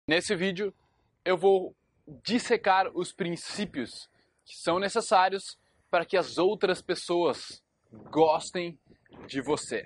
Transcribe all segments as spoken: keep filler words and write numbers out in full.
Nesse vídeo eu vou dissecar os princípios que são necessários para que as outras pessoas gostem de você.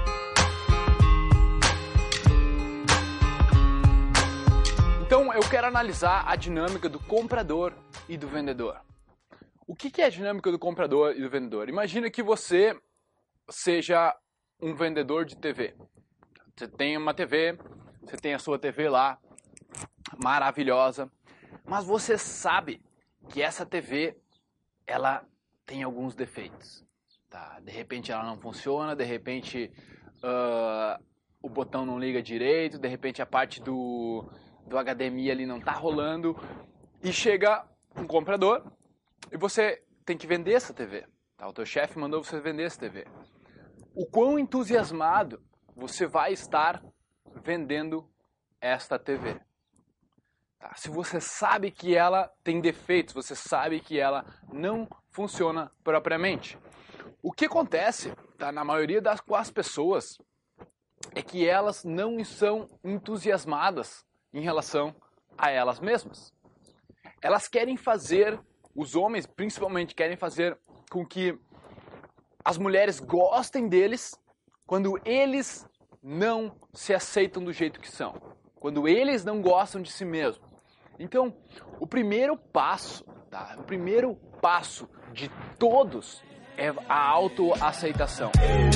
Então eu quero analisar a dinâmica do comprador e do vendedor. O que é a dinâmica do comprador e do vendedor? Imagina que você seja um vendedor de T V. Você tem uma T V, você tem a sua T V lá, maravilhosa, mas você sabe que essa T V, ela tem alguns defeitos. Tá? De repente ela não funciona, de repente uh, o botão não liga direito, de repente a parte do, do H D M I ali não está rolando, e chega um comprador e você tem que vender essa T V. Tá? O teu chefe mandou você vender essa T V. O quão entusiasmado você vai estar vendendo esta T V? Tá? Se você sabe que ela tem defeitos, você sabe que ela não funciona propriamente. O que acontece, tá, na maioria das com as pessoas é que elas não são entusiasmadas em relação a elas mesmas. Elas querem fazer, os homens principalmente querem fazer com que as mulheres gostem deles quando eles não se aceitam do jeito que são. Quando eles não gostam de si mesmos. Então, o primeiro passo, tá? O primeiro passo de todos é a autoaceitação.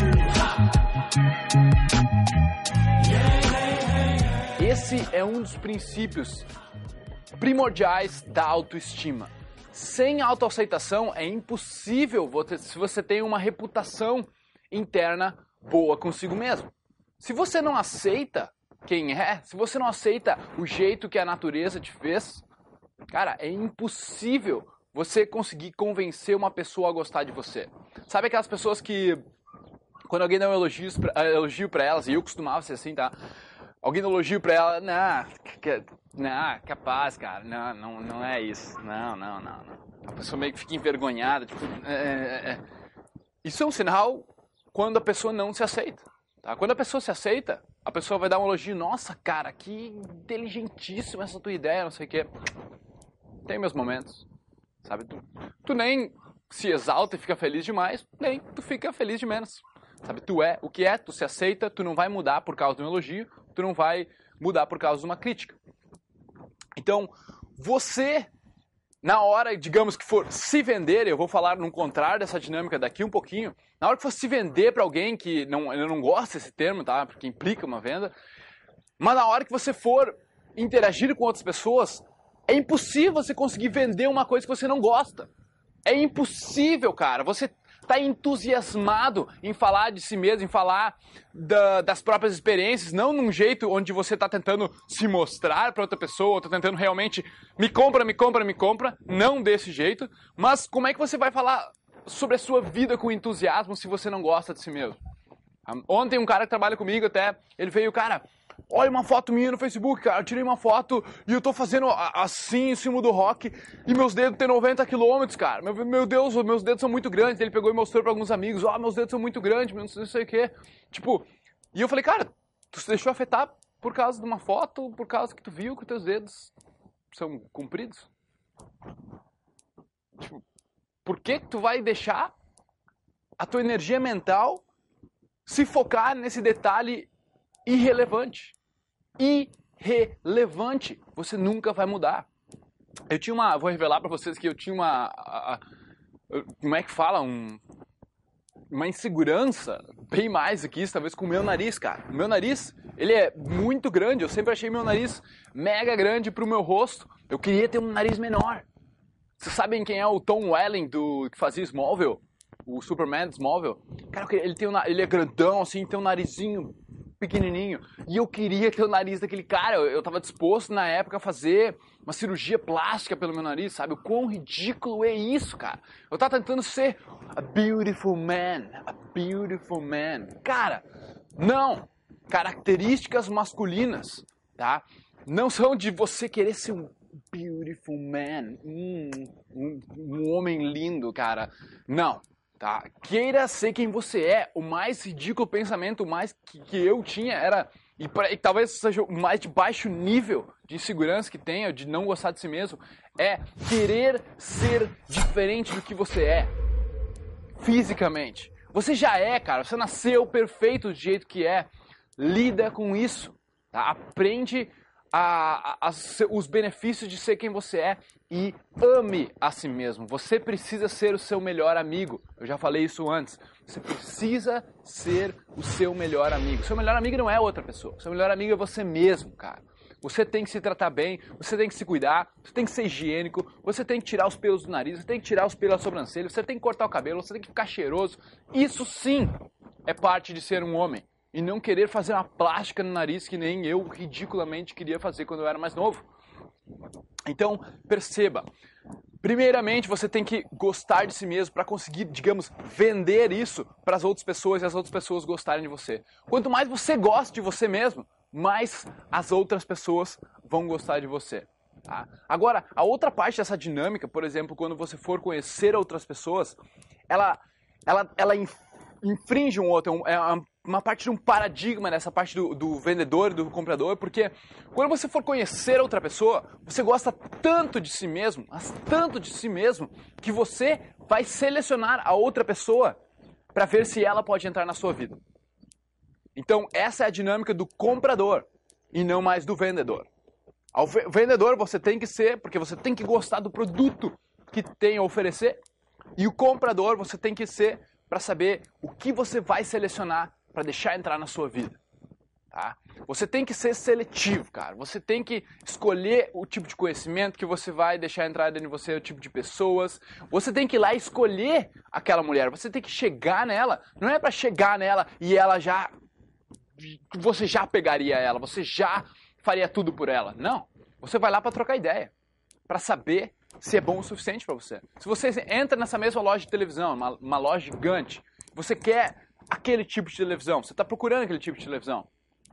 Esse é um dos princípios primordiais da autoestima. Sem autoaceitação é impossível você, se você tem uma reputação interna boa consigo mesmo. Se você não aceita quem é, se você não aceita o jeito que a natureza te fez, cara, é impossível você conseguir convencer uma pessoa a gostar de você. Sabe aquelas pessoas que, quando alguém dá um elogio pra, elogio pra elas, e eu costumava ser assim, tá? Alguém dá um elogio pra ela, não, que, não, capaz, cara, não, não, não é isso, não, não, não, não. A pessoa meio que fica envergonhada, tipo, é, é, é. Isso é um sinal quando a pessoa não se aceita. Tá? Quando a pessoa se aceita, a pessoa vai dar um elogio, nossa, cara, que inteligentíssima essa tua ideia, não sei o quê. Tem meus momentos, sabe? Tu, tu nem se exalta e fica feliz demais, nem tu fica feliz de menos. Sabe? Tu é o que é, tu se aceita, tu não vai mudar por causa de um elogio, tu não vai mudar por causa de uma crítica. Então, você, na hora, digamos que for se vender, eu vou falar no contrário dessa dinâmica daqui um pouquinho, na hora que for se vender para alguém, que não, eu não gosto desse termo, tá? Porque implica uma venda, mas na hora que você for interagir com outras pessoas, é impossível você conseguir vender uma coisa que você não gosta. É impossível, cara. Você tá entusiasmado em falar de si mesmo, em falar da, das próprias experiências, não num jeito onde você tá tentando se mostrar para outra pessoa, ou tá tentando realmente me compra, me compra, me compra, não desse jeito, mas como é que você vai falar sobre a sua vida com entusiasmo se você não gosta de si mesmo? Ontem um cara que trabalha comigo até, ele veio, cara, olha uma foto minha no Facebook, cara, eu tirei uma foto e eu tô fazendo assim em cima do rock e meus dedos têm noventa quilômetros, cara. Meu, meu Deus, meus dedos são muito grandes. Ele pegou e mostrou pra alguns amigos, ó, oh, meus dedos são muito grandes, não sei o que. Tipo, e eu falei, cara, tu se deixou afetar por causa de uma foto, por causa que tu viu que os teus dedos são compridos? Tipo, por que que tu vai deixar a tua energia mental se focar nesse detalhe irrelevante? Irrelevante. Você nunca vai mudar. Eu tinha uma... Vou revelar pra vocês que eu tinha uma... A, a, como é que fala? Um, uma insegurança bem mais do que isso, talvez com o meu nariz, cara. O meu nariz, ele é muito grande. Eu sempre achei meu nariz mega grande pro meu rosto. Eu queria ter um nariz menor. Vocês sabem quem é o Tom Welling, do, que fazia Smallville? O Superman de Smallville? Cara, ele, tem um, ele é grandão, assim, tem um narizinho pequenininho. E eu queria ter o nariz daquele cara. Eu, eu tava disposto, na época, a fazer uma cirurgia plástica pelo meu nariz, sabe? O quão ridículo é isso, cara? Eu tava tentando ser a beautiful man. A beautiful man. Cara, não! Características masculinas, tá? Não são de você querer ser um beautiful man. Hum, um, um homem lindo, cara. Não. tá? Queira ser quem você é. O mais ridículo pensamento, o mais que, que eu tinha era, e, pra, e talvez seja o mais de baixo nível de insegurança que tenha, de não gostar de si mesmo, é querer ser diferente do que você é, fisicamente. Você já é, cara, você nasceu perfeito do jeito que é. Lida com isso, tá? Aprende a, a, a, os benefícios de ser quem você é e ame a si mesmo. Você precisa ser o seu melhor amigo. Eu já falei isso antes. Você precisa ser o seu melhor amigo. Seu melhor amigo não é outra pessoa. Seu melhor amigo é você mesmo, cara. Você tem que se tratar bem, você tem que se cuidar, você tem que ser higiênico, você tem que tirar os pelos do nariz, você tem que tirar os pelos da sobrancelha, você tem que cortar o cabelo, você tem que ficar cheiroso. Isso sim é parte de ser um homem. E não querer fazer uma plástica no nariz que nem eu ridiculamente queria fazer quando eu era mais novo. Então, perceba. Primeiramente, você tem que gostar de si mesmo para conseguir, digamos, vender isso para as outras pessoas e as outras pessoas gostarem de você. Quanto mais você gosta de você mesmo, mais as outras pessoas vão gostar de você. Tá? Agora, a outra parte dessa dinâmica, por exemplo, quando você for conhecer outras pessoas, ela, ela, ela infringe um outro, é uma parte de um paradigma nessa parte do, do vendedor e do comprador, porque quando você for conhecer outra pessoa, você gosta tanto de si mesmo, mas tanto de si mesmo, que você vai selecionar a outra pessoa para ver se ela pode entrar na sua vida. Então, essa é a dinâmica do comprador e não mais do vendedor. Ao vendedor você tem que ser, porque você tem que gostar do produto que tem a oferecer, e o comprador você tem que ser para saber o que você vai selecionar para deixar entrar na sua vida. Tá? Você tem que ser seletivo, cara. Você tem que escolher o tipo de conhecimento que você vai deixar entrar dentro de você, o tipo de pessoas. Você tem que ir lá e escolher aquela mulher. Você tem que chegar nela. Não é para chegar nela e ela já... Você já pegaria ela, você já faria tudo por ela. Não. Você vai lá para trocar ideia. Para saber se é bom o suficiente para você. Se você entra nessa mesma loja de televisão, uma, uma loja gigante, você quer aquele tipo de televisão, você está procurando aquele tipo de televisão.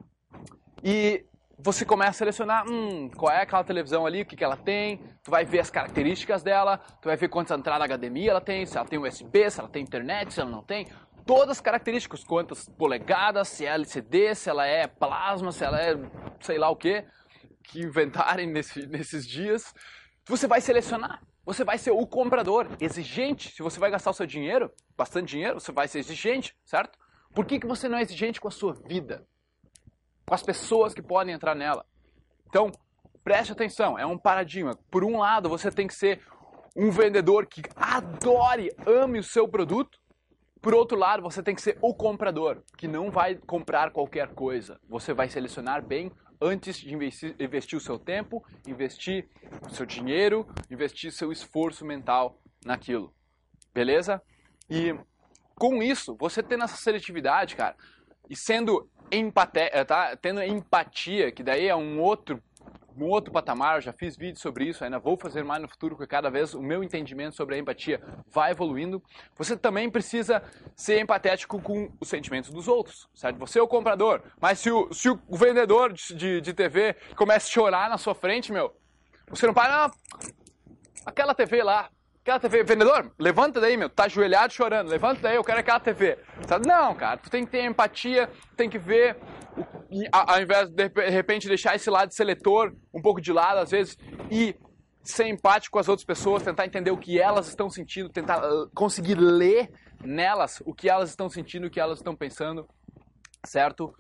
E você começa a selecionar, hum, qual é aquela televisão ali, o que, que ela tem, tu vai ver as características dela, tu vai ver quantas entradas H D M I ela tem, se ela tem U S B, se ela tem internet, se ela não tem, todas as características, quantas polegadas, se é L C D, se ela é plasma, se ela é sei lá o que, que inventarem nesse, nesses dias, você vai selecionar. Você vai ser o comprador, exigente. Se você vai gastar o seu dinheiro, bastante dinheiro, você vai ser exigente, certo? Por que, que você não é exigente com a sua vida? Com as pessoas que podem entrar nela? Então, preste atenção, é um paradigma. Por um lado, você tem que ser um vendedor que adore, ame o seu produto. Por outro lado, você tem que ser o comprador, que não vai comprar qualquer coisa. Você vai selecionar bem antes de investir, investir o seu tempo, investir o seu dinheiro, investir seu esforço mental naquilo. Beleza? E com isso, você tendo essa seletividade, cara, e sendo empatia, tá? Tendo empatia, que daí é um outro, um outro patamar, eu já fiz vídeo sobre isso, ainda vou fazer mais no futuro, porque cada vez o meu entendimento sobre a empatia vai evoluindo. Você também precisa ser empatético com os sentimentos dos outros, certo? Você é o comprador, mas se o, se o vendedor de, de, de T V começa a chorar na sua frente, meu, você não para, não, aquela T V lá, aquela T V, vendedor, levanta daí, meu, tá ajoelhado chorando, levanta daí, eu quero aquela T V. Sabe? Não, cara, tu tem que ter empatia, tem que ver, o, ao invés de de repente deixar esse lado seletor um pouco de lado, às vezes, e ser empático com as outras pessoas, tentar entender o que elas estão sentindo, tentar uh, conseguir ler nelas o que elas estão sentindo, o que elas estão pensando, certo?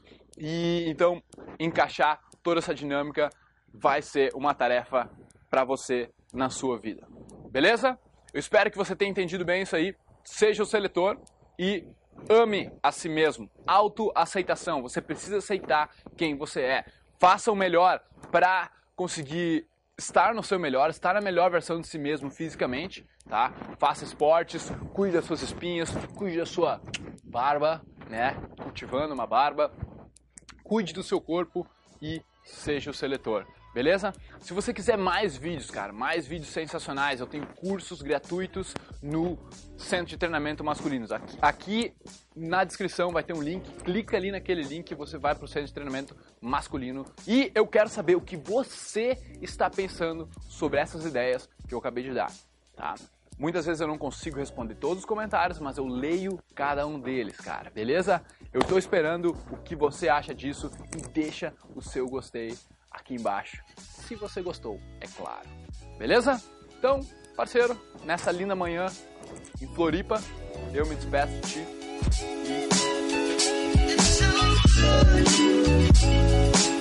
E então, encaixar toda essa dinâmica vai ser uma tarefa para você na sua vida. Beleza? Eu espero que você tenha entendido bem isso aí. Seja o seletor e ame a si mesmo. Autoaceitação. Você precisa aceitar quem você é. Faça o melhor para conseguir estar no seu melhor, estar na melhor versão de si mesmo fisicamente, tá? Faça esportes, cuide das suas espinhas, cuide da sua barba, né? Cultivando uma barba. Cuide do seu corpo e seja o seletor. Beleza? Se você quiser mais vídeos, cara, mais vídeos sensacionais, eu tenho cursos gratuitos no Centro de Treinamento Masculinos. Aqui, aqui na descrição vai ter um link, clica ali naquele link e você vai para o Centro de Treinamento Masculino. E eu quero saber o que você está pensando sobre essas ideias que eu acabei de dar, tá? Muitas vezes eu não consigo responder todos os comentários, mas eu leio cada um deles, cara, beleza? Eu tô esperando o que você acha disso e deixa o seu gostei aqui embaixo, se você gostou, é claro. Beleza? Então, parceiro, nessa linda manhã em Floripa, eu me despeço de ti. E...